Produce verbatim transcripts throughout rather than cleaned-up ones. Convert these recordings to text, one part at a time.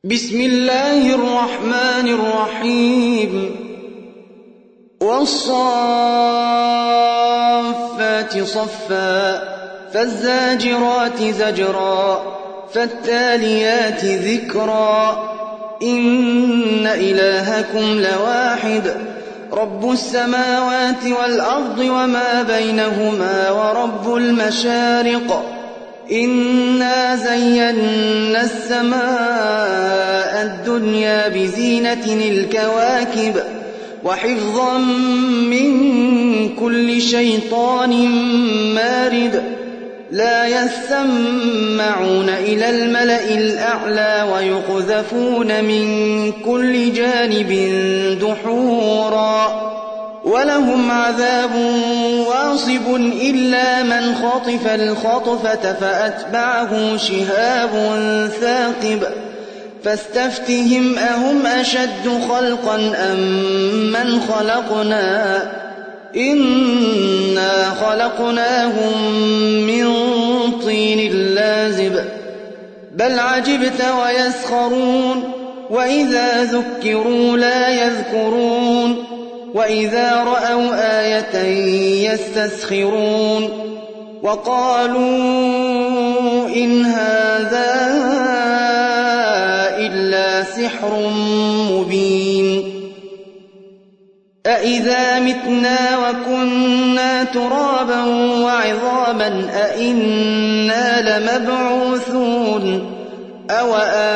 بسم الله الرحمن الرحيم والصافات صفا فالزاجرات زجرا فالتاليات ذكرا إن إلهكم لواحد رب السماوات والأرض وما بينهما ورب المشارق إنا زينا السماء الدنيا بزينة الكواكب وحفظا من كل شيطان مارد لا يسمعون إلى الملأ الأعلى ويقذفون من كل جانب دحورا ولهم عذاب واصب إلا من خطف الخطفة فأتبعه شهاب ثاقب فاستفتهم أهم أشد خلقا أم من خلقنا إنا خلقناهم من طين لازب بل عجبت ويسخرون وإذا ذكروا لا يذكرون وإذا رأوا آية يستسخرون وقالوا إن هذا إلا سحر مبين أإذا متنا وكنا ترابا وعظاما أإنا لمبعوثون أو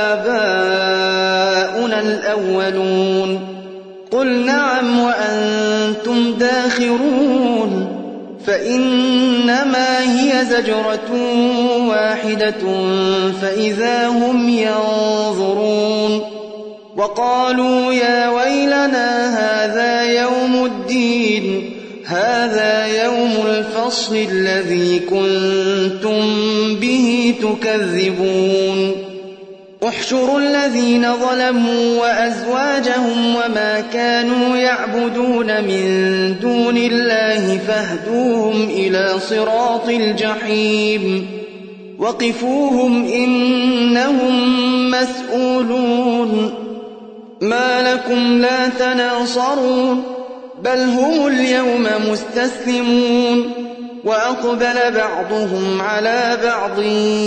آباؤنا الأولون قل نعم وأنتم داخرون فإنما هي زجرة واحدة فإذا هم ينظرون وقالوا يا ويلنا هذا يوم الدين هذا يوم الفصل الذي كنتم به تكذبون احشروا الذين ظلموا وأزواجهم وما كانوا يعبدون من دون الله فاهدوهم إلى صراط الجحيم وقفوهم إنهم مسؤولون ما لكم لا تناصرون بل هم اليوم مستسلمون وأقبل بعضهم على بعض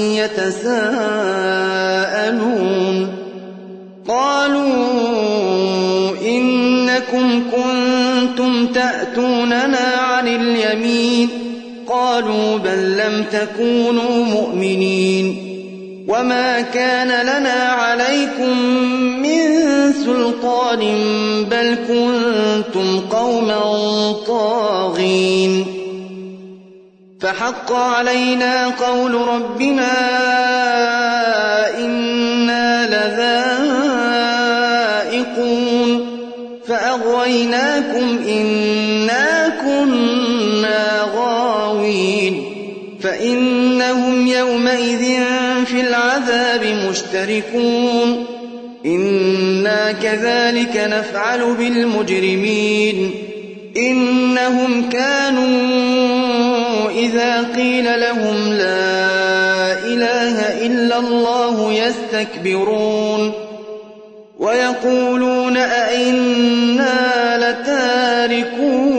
يتساءلون قالوا إنكم كنتم تأتوننا عن اليمين قالوا بل لم تكونوا مؤمنين وما كان لنا عليكم من سلطان بل كنتم قوما طاغين فحق علينا قول ربنا إنا لذائقون فأغويناكم إنا كنا غاوين فإنهم يومئذ في العذاب مشتركون إنا كذلك نفعل بالمجرمين إنهم كانوا إذا قيل لهم لا إله إلا الله يستكبرون ويقولون أئنا لتاركو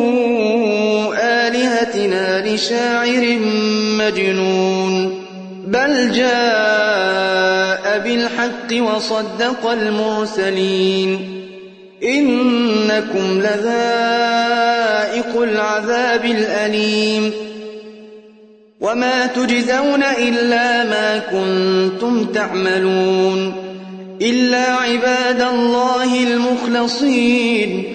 آلهتنا لشاعر مجنون بل جاء بالحق وصدق المرسلين إنكم لذائق العذاب الأليم وما تجزون إلا ما كنتم تعملون إلا عباد الله المخلصين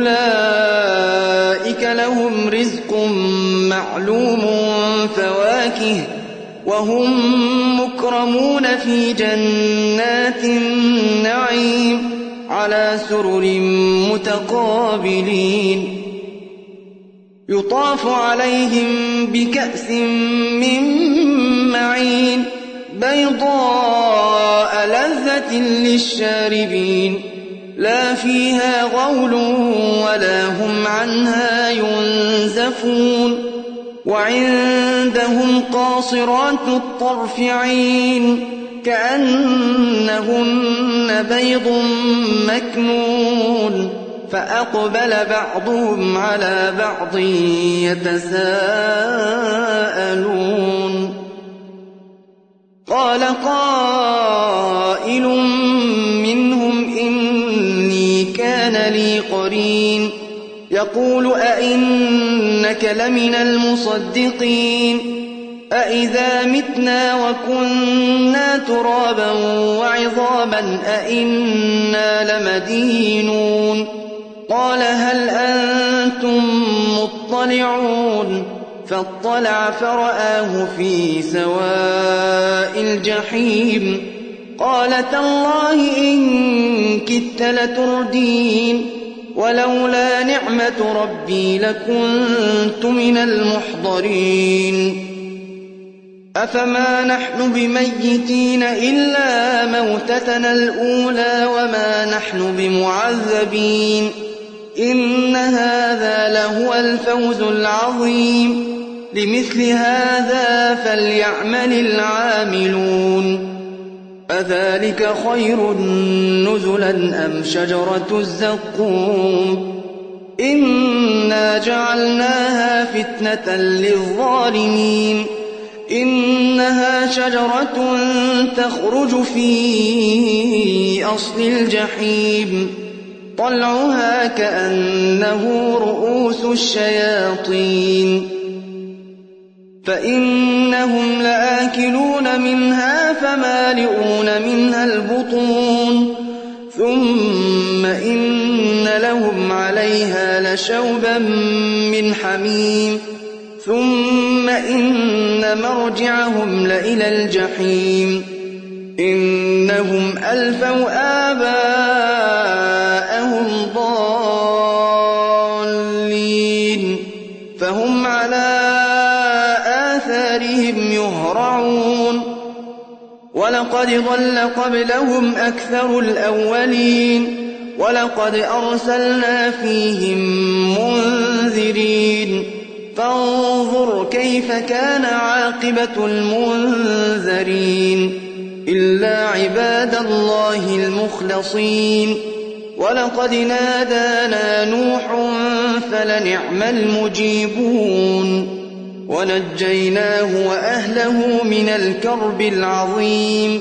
أولئك لهم رزق معلوم فواكه وهم مكرمون في جنات النعيم على سرر متقابلين يطاف عليهم بكأس من معين بيضاء لذة للشاربين لا فيها غول ولا هم عنها ينزفون وعندهم قاصرات الطرف عين كأنهن بيض مكنون فأقبل بعضهم على بعض يتساءلون قال قائل منهم إني كان لي قرين يقول أئنك لمن المصدقين أئذا متنا وكنا ترابا وعظاما أئنا لمدينون قال هل أنتم مطلعون فاطلع فرآه في سواء الجحيم قال تالله إن كدت لتردين ولولا نعمة ربي لكنت من المحضرين أفما نحن بميتين إلا موتتنا الأولى وما نحن بمعذبين إن هذا لهو الفوز العظيم لمثل هذا فليعمل العاملون أذلك خير نزلا أم شجرة الزقوم إنا جعلناها فتنة للظالمين إنها شجرة تخرج في أصل الجحيم طلعها كأنه رؤوس الشياطين فإنهم لآكلون منها فمالئون منها البطون ثم إن لهم عليها لشوبا من حميم ثم إن مرجعهم لإلى الجحيم إنهم ألفوا آباءهم ضالين فهم على آثارهم يهرعون ولقد ضل قبلهم أكثر الأولين ولقد أرسلنا فيهم منذرين فانظر كيف كان عاقبة المنذرين إلا عباد الله المخلصين ولقد نادانا نوح فلنعم المجيبون ونجيناه وأهله من الكرب العظيم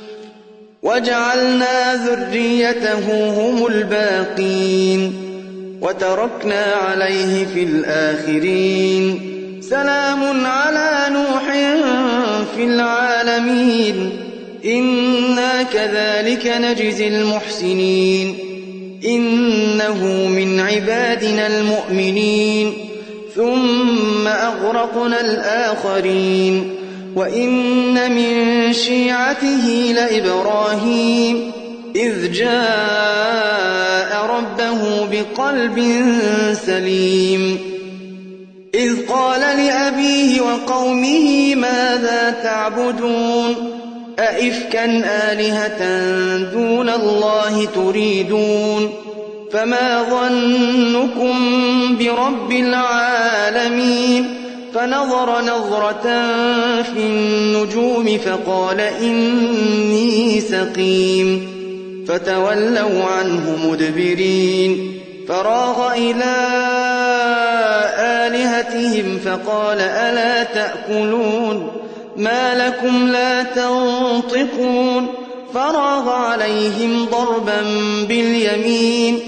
وجعلنا ذريته هم الباقين وتركنا عليه في الآخرين سلام على نوح في العالمين إنا كذلك نجزي المحسنين إنه من عبادنا المؤمنين ثم أغرقنا الآخرين وإن من شيعته لإبراهيم إذ جاء ربه بقلب سليم إذ قال لأبيه وقومه ماذا تعبدون أئفكا آلهة دون الله تريدون فما ظنكم برب العالمين فنظر نظرة في النجوم فقال إني سقيم فتولوا عنه مدبرين فراغ إلى آلهتهم فقال ألا تأكلون ما لكم لا تنطقون فراغ عليهم ضربا باليمين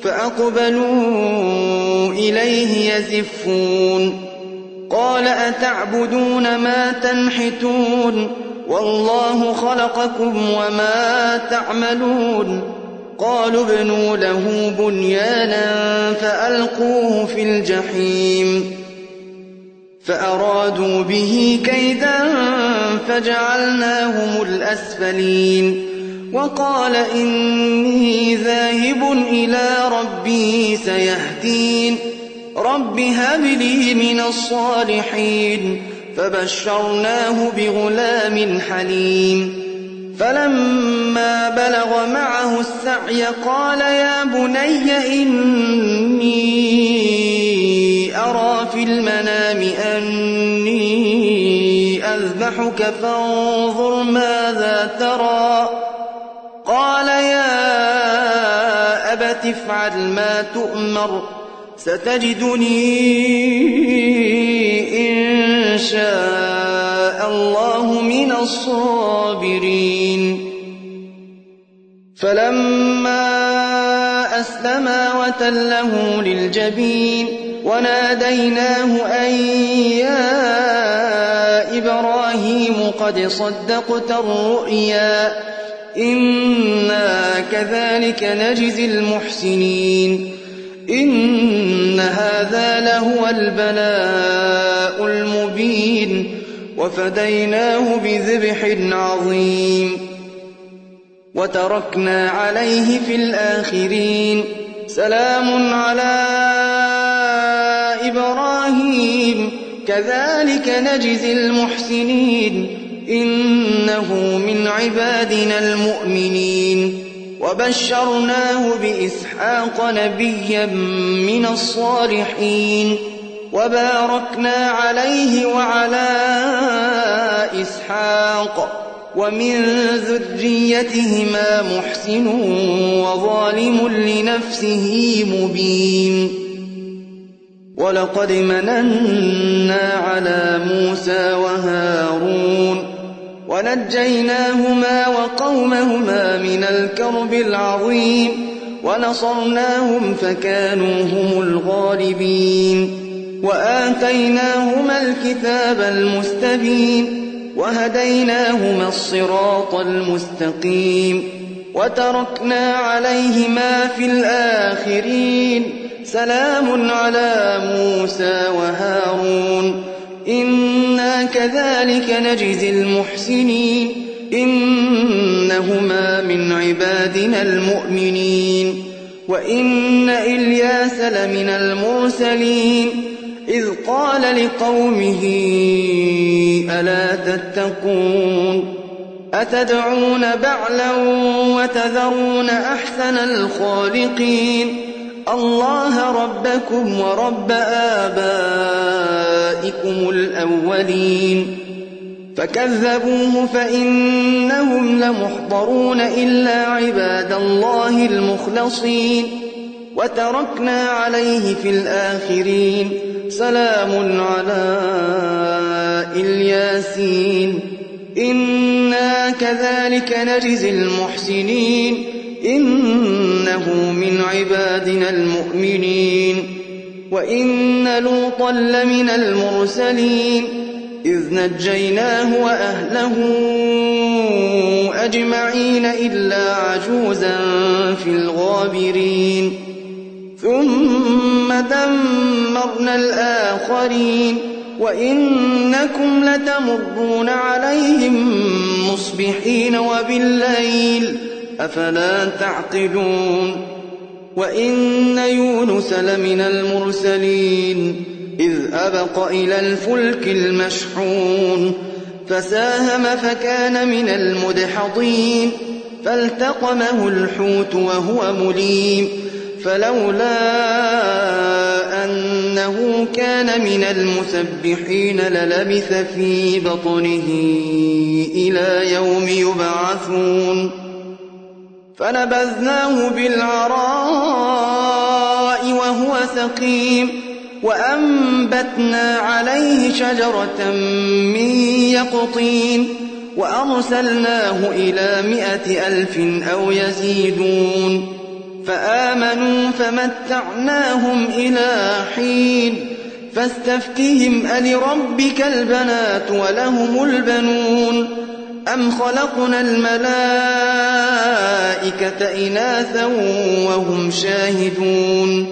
فأقبلوا إليه يزفون قال أتعبدون ما تنحتون والله خلقكم وما تعملون قالوا ابنوا له بنيانا فألقوه في الجحيم فأرادوا به كيدا فجعلناهم الأسفلين وقال إني ذاهب إلى ربي سيهدين رب هب لي من الصالحين فبشرناه بغلام حليم فلما بلغ معه السعي قال يا بني إني أرى في المنام أني أذبحك نذبحك فانظر ماذا ترى قال يا أبت افعل ما تؤمر ستجدني إن شاء الله من الصابرين فلما أسلما وتله للجبين وناديناه أن يا إبراهيم قد صدقت الرؤيا إنا كذلك نجزي المحسنين إن هذا لهو البلاء المبين وفديناه بذبح عظيم وتركنا عليه في الآخرين سلام على إبراهيم كذلك نجزي المحسنين إنه من عبادنا المؤمنين وبشرناه بإسحاق نبيا من الصالحين وباركنا عليه وعلى إسحاق ومن ذريتهما محسن وظالم لنفسه مبين ولقد مننا على موسى وهارون ونجيناهما وقومهما من الكرب العظيم ونصرناهم فكانوا هم الغالبين وآتيناهما الكتاب المستبين وهديناهما الصراط المستقيم وتركنا عليهما في الآخرين سلام على موسى وهارون إنا كذلك نجزي المحسنين إنهما من عبادنا المؤمنين وإن إلياس لمن المرسلين إذ قال لقومه ألا تتقون أتدعون بعلا وتذرون أحسن الخالقين الله ربكم ورب آبائكم الأولين فكذبوه فإنهم لمحضرون إلا عباد الله المخلصين وتركنا عليه في الآخرين سلام على الياسين إنا كذلك نجزي المحسنين إنه من عبادنا المؤمنين وإن لوطا لمن المرسلين إذ نجيناه وأهله أجمعين إلا عجوزا في الغابرين ثم دمرنا الآخرين وإنكم لتمرون عليهم مصبحين وبالليل أفلا تعقلون وإن يونس لمن المرسلين إذ أبق إلى الفلك المشحون فساهم فكان من المدحضين فالتقمه الحوت وهو مليم فلولا أنه كان من المسبحين للبث في بطنه إلى يوم يبعثون فنبذناه بالعراء وهو سقيم وأنبتنا عليه شجرة من يقطين وأرسلناه إلى مائة ألف أو يزيدون فآمنوا فمتعناهم إلى حين فاستفتهم ألربك البنات ولهم البنون أم خلقنا الملائكة إناثا وهم شاهدون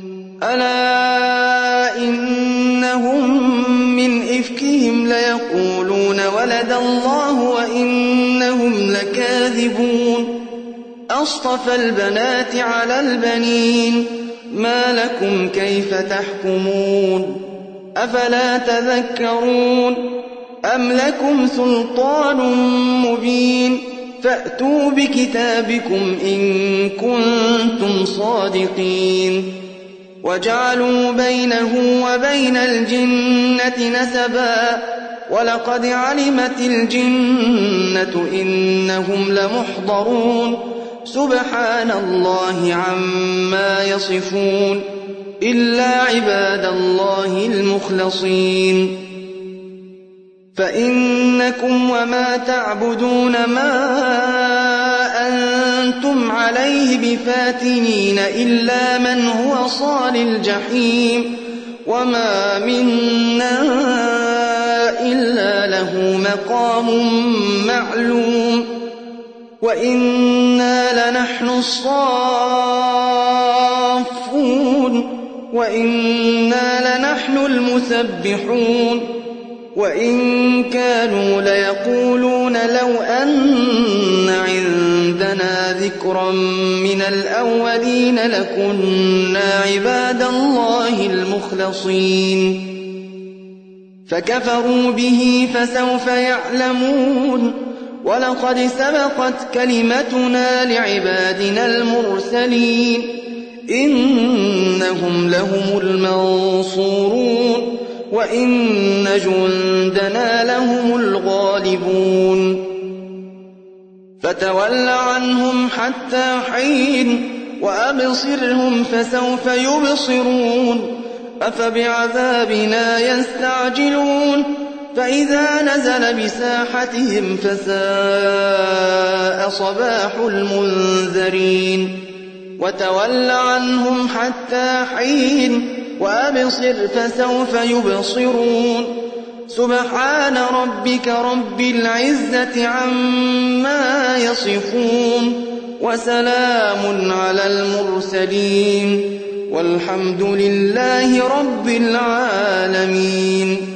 ألا إنهم من إفكهم ليقولون ولد الله وإنهم لكاذبون أصطفى البنات على البنين ما لكم كيف تحكمون أفلا تذكرون أم لكم سلطان مبين فأتوا بكتابكم إن كنتم صادقين وجعلوا بينه وبين الجنة نسبا ولقد علمت الجنة إنهم لمحضرون سبحان الله عما يصفون إلا عباد الله المخلصين فإنكم وما تعبدون ما أنتم عليه بفاتنين إلا من هو صال الجحيم وما منا إلا له مقام معلوم وإنا لنحن الصافون وإنا لنحن المسبحون وإن كانوا ليقولون لو أن عندنا ذكرا من الأولين لكنا عباد الله المخلصين فكفروا به فسوف يعلمون ولقد سبقت كلمتنا لعبادنا المرسلين إنهم لهم المنصورون وإن جندنا لهم الغالبون فتول عنهم حتى حين وأبصرهم فسوف يبصرون أفبعذابنا يستعجلون فإذا نزل بساحتهم فساء صباح المنذرين وتول عنهم حتى حين وأبصر فسوف يبصرون سبحان ربك رب العزة عما يصفون وسلام على المرسلين والحمد لله رب العالمين.